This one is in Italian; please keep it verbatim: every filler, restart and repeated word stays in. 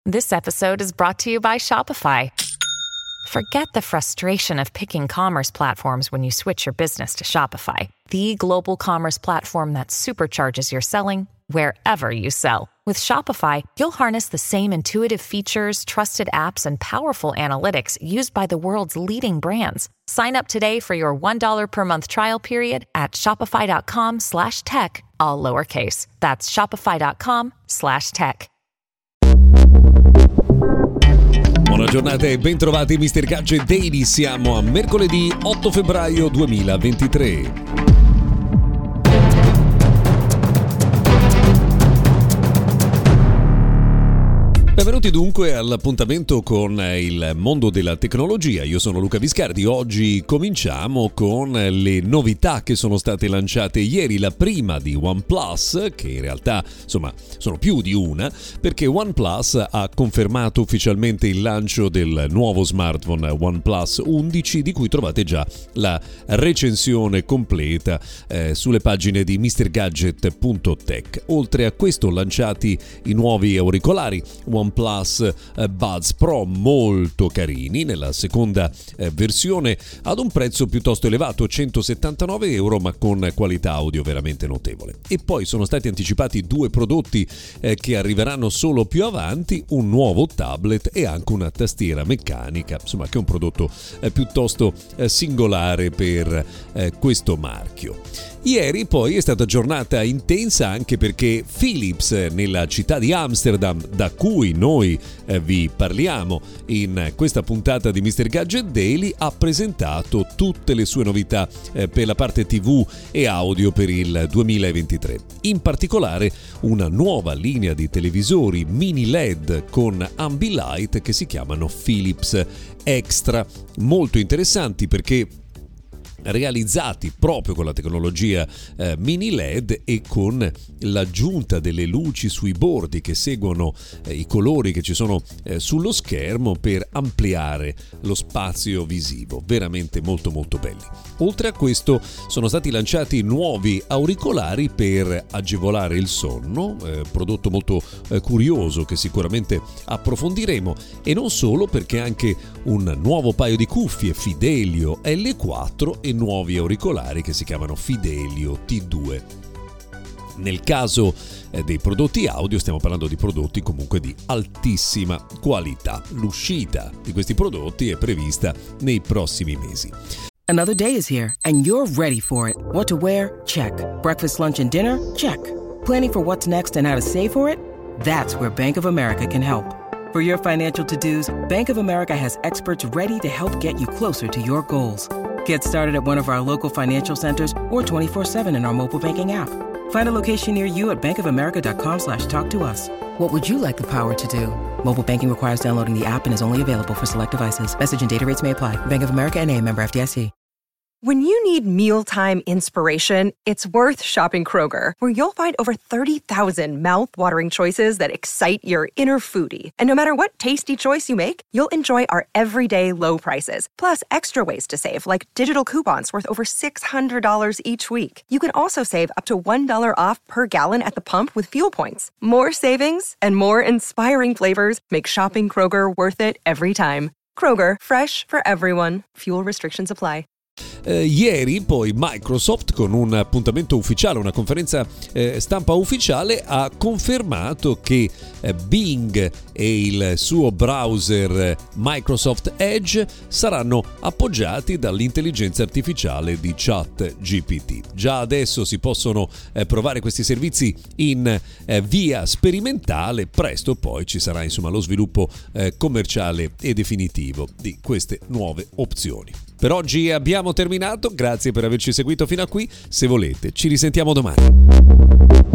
This episode is brought to you by Shopify. Forget the frustration of picking commerce platforms when you switch your business to Shopify, the global commerce platform that supercharges your selling wherever you sell. With Shopify, you'll harness the same intuitive features, trusted apps, and powerful analytics used by the world's leading brands. Sign up today for your one dollar per month trial period at shopify.com slash tech, all lowercase. That's shopify.com slash tech. Buona giornata e ben trovati mister Gadget Daily, siamo a mercoledì otto febbraio duemilaventitré. Benvenuti dunque all'appuntamento con il mondo della tecnologia. Io sono Luca Viscardi. Oggi cominciamo con le novità che sono state lanciate ieri. La prima di OnePlus, che in realtà insomma sono più di una, perché OnePlus ha confermato ufficialmente il lancio del nuovo smartphone OnePlus undici, di cui trovate già la recensione completa eh, sulle pagine di mister gadget punto tech. Oltre a questo, lanciati i nuovi auricolari OnePlus OnePlus Buds Pro, molto carini nella seconda eh, versione, ad un prezzo piuttosto elevato, centosettantanove euro, ma con qualità audio veramente notevole. E poi sono stati anticipati due prodotti eh, che arriveranno solo più avanti, un nuovo tablet e anche una tastiera meccanica, insomma, che è un prodotto eh, piuttosto eh, singolare per eh, questo marchio. Ieri poi è stata giornata intensa anche perché Philips, nella città di Amsterdam, da cui noi eh, vi parliamo in questa puntata di mister Gadget Daily, ha presentato tutte le sue novità eh, per la parte tivù e audio per il duemilaventitré. In particolare una nuova linea di televisori mini L E D con Ambilight che si chiamano Philips Extra, molto interessanti perché realizzati proprio con la tecnologia eh, mini L E D e con l'aggiunta delle luci sui bordi che seguono eh, i colori che ci sono eh, sullo schermo per ampliare lo spazio visivo, veramente molto molto belli. Oltre a questo sono stati lanciati nuovi auricolari per agevolare il sonno, eh, prodotto molto eh, curioso che sicuramente approfondiremo, e non solo, perché anche un nuovo paio di cuffie Fidelio L quattro e nuovi auricolari che si chiamano Fidelio T due. Nel caso eh, dei prodotti audio stiamo parlando di prodotti comunque di altissima qualità. L'uscita di questi prodotti è prevista nei prossimi mesi. Another day is here and you're ready for it. What to wear? Check. Breakfast, lunch and dinner? Check. Planning for what's next and how to save for it? That's where Bank of America can help. For your financial to-dos, Bank of America has experts ready to help get you closer to your goals. Get started at one of our local financial centers or twenty-four seven in our mobile banking app. Find a location near you at bankofamerica.com slash talk to us. What would you like the power to do? Mobile banking requires downloading the app and is only available for select devices. Message and data rates may apply. Bank of America N A, member F D I C. When you need mealtime inspiration, it's worth shopping Kroger, where you'll find over thirty thousand mouth-watering choices that excite your inner foodie. And no matter what tasty choice you make, you'll enjoy our everyday low prices, plus extra ways to save, like digital coupons worth over six hundred dollars each week. You can also save up to one dollar off per gallon at the pump with fuel points. More savings and more inspiring flavors make shopping Kroger worth it every time. Kroger, fresh for everyone. Fuel restrictions apply. Eh, ieri poi Microsoft, con un appuntamento ufficiale, una conferenza eh, stampa ufficiale, ha confermato che eh, Bing e il suo browser eh, Microsoft Edge saranno appoggiati dall'intelligenza artificiale di ChatGPT. Già adesso si possono eh, provare questi servizi in eh, via sperimentale, presto poi ci sarà insomma lo sviluppo eh, commerciale e definitivo di queste nuove opzioni. Per oggi abbiamo terminato, grazie per averci seguito fino a qui. Se volete, ci risentiamo domani.